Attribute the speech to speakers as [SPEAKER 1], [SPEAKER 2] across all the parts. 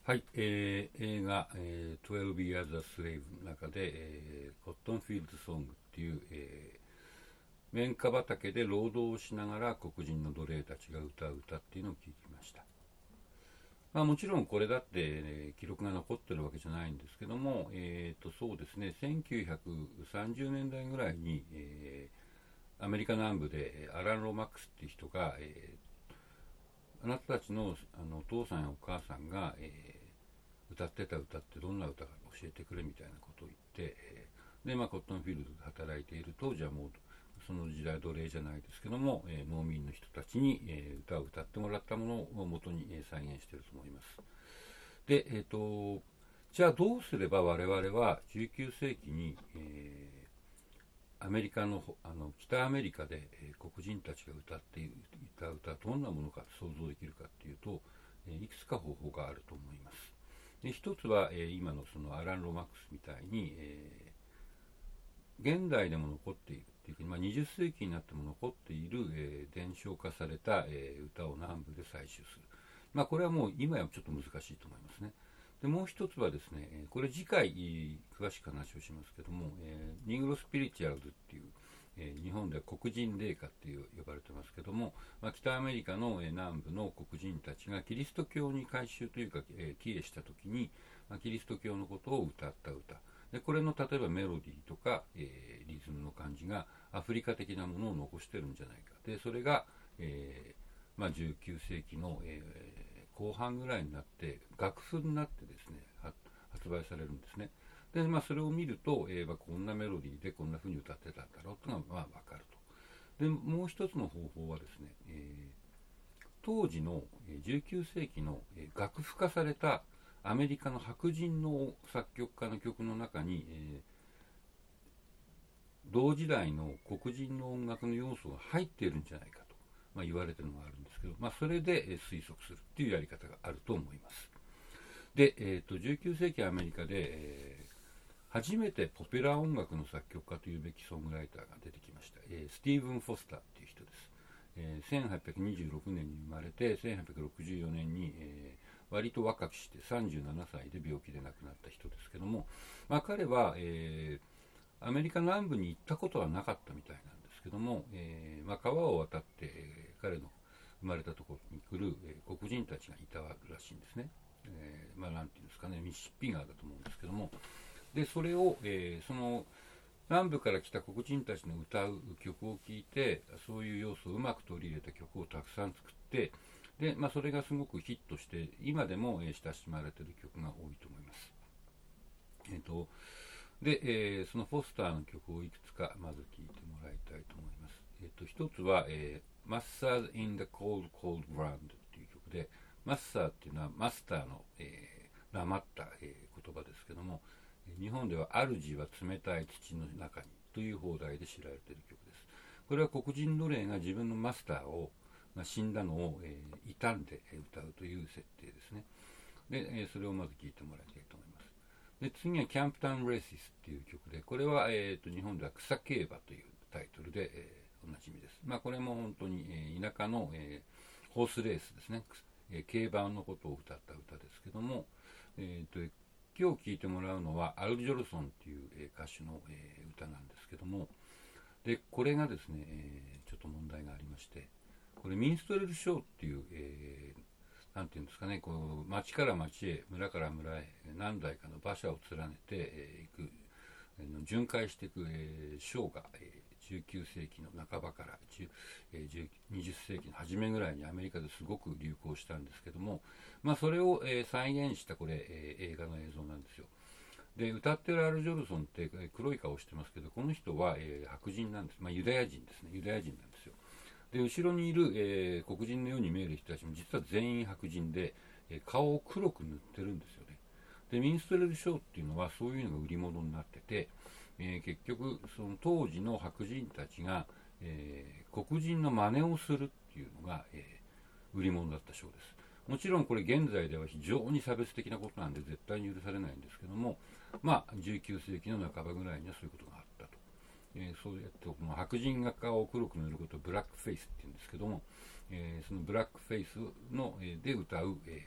[SPEAKER 1] はい、映画、12 Years a Slave の中で、コットンフィールドソングっていう、綿花畑で労働をしながら黒人の奴隷たちが歌う歌っていうのを聞きました。もちろんこれだって、記録が残ってるわけじゃないんですけども、そうですね、1930年代ぐらいに、アメリカ南部でアラン・ロマックスっていう人が、あなたたちの、お父さんやお母さんが、歌ってた歌ってどんな歌か教えてくれみたいなことを言って、で、コットンフィールドで働いている当時はもうその時代奴隷じゃないですけども、農民の人たちに、歌を歌ってもらったものを元に、再現していると思います。で、じゃあどうすれば我々は19世紀に、アメリカの、北アメリカで、黒人たちが歌っていた歌はどんなものか想像できるかっていうと、いくつか方法があると思います。で一つは、今のそのアラン・ロマックスみたいに、現代でも残っているっていうか、20世紀になっても残っている、伝承化された、歌を南部で採集する。これはもう今やちょっと難しいと思いますね。でもう一つはですね、これ次回詳しく話をしますけども、ニグロスピリチュアルズっていう、日本では黒人霊歌っていう呼ばれてますけども、北アメリカの、南部の黒人たちがキリスト教に改宗というか、帰依した時に、キリスト教のことを歌った歌で、これの例えばメロディーとか、リズムの感じがアフリカ的なものを残してるんじゃないか。でそれが、19世紀の、後半ぐらいになって楽譜になってですね発売されるんですね。で、それを見ると、こんなメロディーでこんな風に歌ってたんだろうというのが分かると。でもう一つの方法はですね、当時の19世紀の楽譜化されたアメリカの白人の作曲家の曲の中に、同時代の黒人の音楽の要素が入っているんじゃないかと、言われているのがあるんですけど、それで推測するっていうやり方があると思います。で、19世紀アメリカで、初めてポピュラー音楽の作曲家というべきソングライターが出てきました。スティーブン・フォスターっていう人です。1826年に生まれて1864年に、割と若くして37歳で病気で亡くなった人ですけども、彼は、アメリカ南部に行ったことはなかったみたいなんですけども、川を渡って、彼の生まれたところに来る、黒人たちがいたらしいんですね。なんていうんですかね、ミシシッピ川だと思うんですけども、でそれを、その南部から来た黒人たちの歌う曲を聴いて、そういう要素をうまく取り入れた曲をたくさん作って、で、それがすごくヒットして今でも、親しまれている曲が多いと思います。で、そのフォスターの曲をいくつかまず聴いてもらいたいと思います。一つは、Masters in the Cold Cold Ground っていう曲で、マスターっていうのはマスターの、なまった、言葉ですけども、日本では主は冷たい土の中にという放題で知られている曲です。これは黒人奴隷が自分のマスターを、死んだのを、悼んで歌うという設定ですね。で、それをまず聴いてもらいたいと思います。で次はキャンプタウン・レーシスっていう曲で、これは、日本では草競馬というタイトルで、おなじみです。これも本当に、田舎の、ホースレースですね、競馬のことを歌った歌ですけども、今日聴いてもらうのはアル・ジョルソンっていう、歌手の、歌なんですけども、でこれがですね、ちょっと問題がありまして、これミンストレルショーっていう、なんていうんですかね、こう町から町へ村から村へ何台かの馬車を連ねていく、巡回していく、ショーが、19世紀の半ばから20世紀の初めぐらいにアメリカですごく流行したんですけども、それを、再現したこれ、映画の映像なんですよ。で歌ってるアル・ジョルソンって黒い顔してますけど、この人は、白人なんです。ユダヤ人ですね。ユダヤ人なんですよ。で後ろにいる、黒人のように見える人たちも実は全員白人で、顔を黒く塗ってるんですよね。でミンストレルショーっていうのはそういうのが売り物になってて、結局その当時の白人たちが、黒人の真似をするっていうのが、売り物だったショーです。もちろんこれ現在では非常に差別的なことなんで絶対に許されないんですけども、19世紀の半ばぐらいにはそういうことがあったと。そうやってこの白人が顔を黒く塗ることをブラックフェイスって言うんですけども、そのブラックフェイスの、で歌う、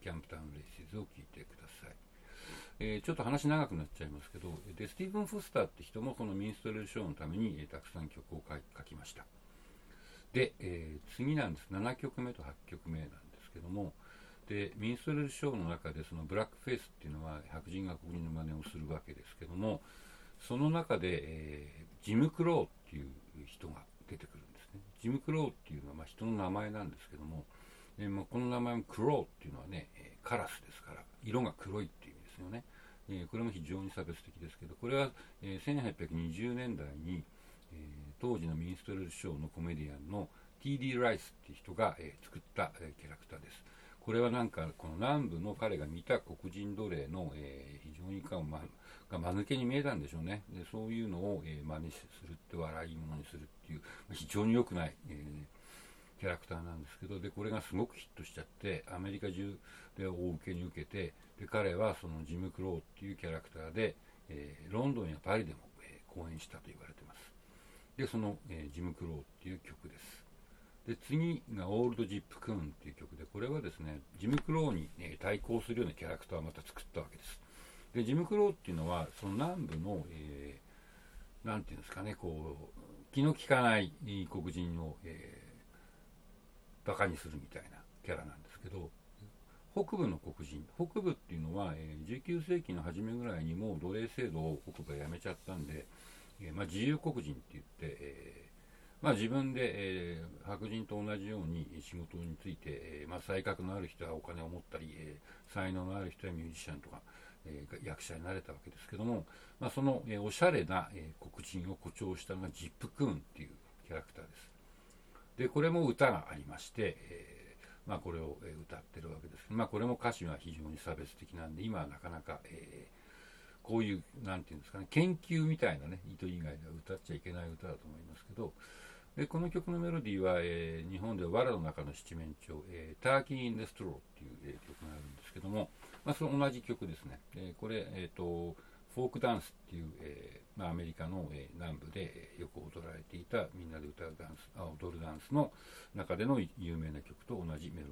[SPEAKER 1] キャンプタウンレイシーズを聴いてください。ちょっと話長くなっちゃいますけど、でスティーブン・フォスターって人もこのミンストレルショーのために、たくさん曲を書きました。で、次なんです。7曲目と8曲目なんですけども、でミンストレルショーの中でそのブラックフェイスっていうのは白人が黒人の真似をするわけですけども、その中で、ジム・クローっていう人が出てくるんですね。ジム・クローっていうのは人の名前なんですけども、この名前もクローっていうのはね、カラスですから色が黒いっていう意味ですよね。これも非常に差別的ですけど、これは、1820年代に、当時のミンストレルショーのコメディアンの T.D. ライスっていう人が、作った、キャラクターです。これはなんかこの南部の彼が見た黒人奴隷の、非常にが間抜けに見えたんでしょうね。でそういうのを、真似するって笑い物にするっていう非常に良くない、キャラクターなんですけど、でこれがすごくヒットしちゃってアメリカ中で大受けに受けて、で彼はそのジム・クローっていうキャラクターで、ロンドンやパリでも、公演したと言われています。でその、ジム・クローっていう曲です。で次がオールド・ジップ・クーンっていう曲で、これはですねジム・クローに、対抗するようなキャラクターをまた作ったわけです。でジム・クローっていうのはその南部の、なんていうんですかね、こう気の利かない黒人を、バカにするみたいなキャラなんですけど、北部の黒人、北部っていうのは、19世紀の初めぐらいにもう奴隷制度を北部はやめちゃったんで、自由黒人って言って、自分で、白人と同じように仕事について、才覚のある人はお金を持ったり、才能のある人はミュージシャンとか、役者になれたわけですけども、その、おしゃれな、黒人を誇張したのがジップ・クーンっていうキャラクターです。でこれも歌がありまして、これを歌ってるわけですけど、これも歌詞は非常に差別的なんで今はなかなか、こういうなんていうんですかね、研究みたいなね意図以外では歌っちゃいけない歌だと思いますけど、でこの曲のメロディーは、日本では藁の中の七面鳥、ターキー・イン・デ・ストローっていう、曲があるんですけども、その同じ曲ですね。これ、フォークダンスっていう、アメリカの、南部で、よく踊られていたみんなで歌うダンス、踊るダンスの中での有名な曲と同じメロ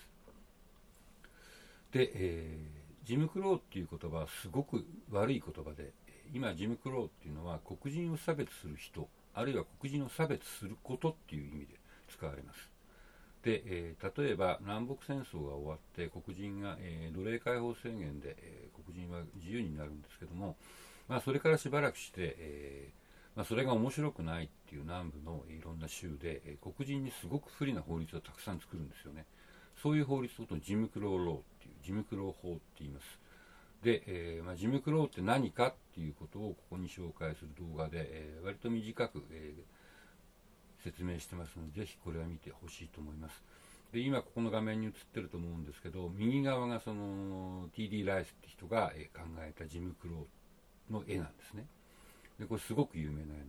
[SPEAKER 1] ディーです。で、ジム・クローっていう言葉はすごく悪い言葉で、今ジム・クローっていうのは黒人を差別する人、あるいは黒人を差別することっていう意味で使われます。で、例えば南北戦争が終わって黒人が、奴隷解放宣言で、黒人は自由になるんですけども、それからしばらくして、それが面白くないっていう南部のいろんな州で、黒人にすごく不利な法律をたくさん作るんですよね。そういう法律のことをジム・クロー・ローっていうジム・クロー法って言います。で、ジム・クローって何かっていうことをここに紹介する動画で、割と短く、説明してますので、ぜひこれは見てほしいと思います。で今ここの画面に映ってると思うんですけど、右側がその T.D. ライスって人が考えたジム・クローの絵なんですね。でこれすごく有名な絵なんです。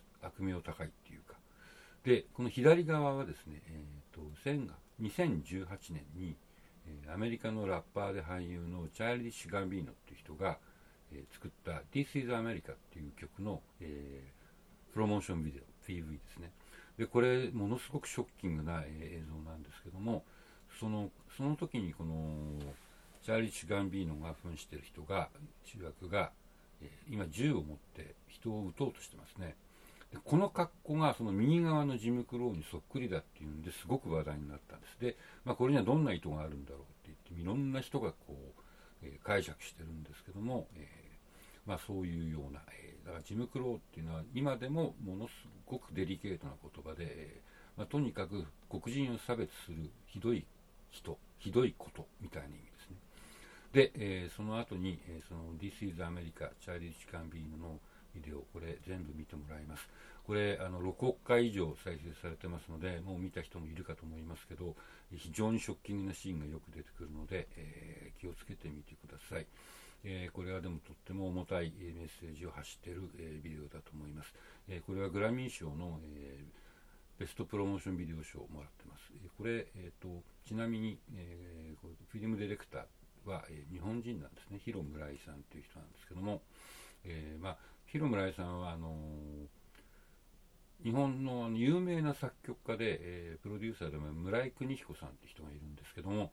[SPEAKER 1] 悪名高いっていうか。でこの左側はですね、2018年にアメリカのラッパーで俳優のチャーリー・シュガンビーノっていう人が作った This is America っていう曲のプロモーションビデオ PV ですね。でこれものすごくショッキングな映像なんですけども、その時にこのチャーリー・シュガンビーノが扮している人が主役が、今銃を持って人を撃とうとしてますね。でこの格好がその右側のジム・クローにそっくりだっていうんですごく話題になったんです。で、これにはどんな意図があるんだろうって言っていろんな人がこう、解釈してるんですけども、そういうような、だからジム・クローっていうのは今でもものすごくデリケートな言葉で、とにかく黒人を差別するひどい人、ひどいことみたいな意味ですね。で、その後に、その This is America チャーリー・シュガンビーノのビデオ、これ全部見てもらいます。これ6億回以上再生されてますので、もう見た人もいるかと思いますけど、非常にショッキングなシーンがよく出てくるので、気をつけてみてください。これはでもとっても重たいメッセージを発しているビデオだと思います。これはグラミー賞のベストプロモーションビデオ賞をもらってます。これ、ちなみにフィルムディレクターは日本人なんですね。広村井さんという人なんですけども、広村井さんは日本の有名な作曲家で、プロデューサーでも村井邦彦さんという人がいるんですけども、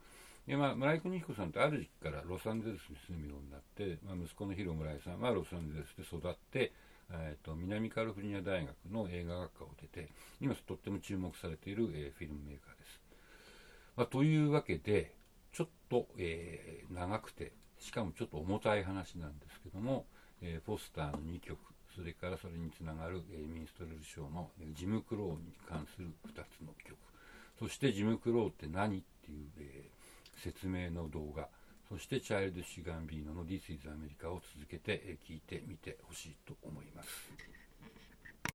[SPEAKER 1] 村井邦彦さんってある時期からロサンゼルスに住むようになって、息子のヒロ村井さんはロサンゼルスで育って、南カリフォルニア大学の映画学科を出て、今とっても注目されている、フィルムメーカーです。というわけで、ちょっと、長くて、しかもちょっと重たい話なんですけども、フォスターの2曲、それからそれにつながる、ミンストレルショーの、ジム・クローに関する2つの曲、そしてジム・クローって何っていう、説明の動画、そしてチャイルド・シガンビーノの This is America を続けて聴いてみてほしいと思います。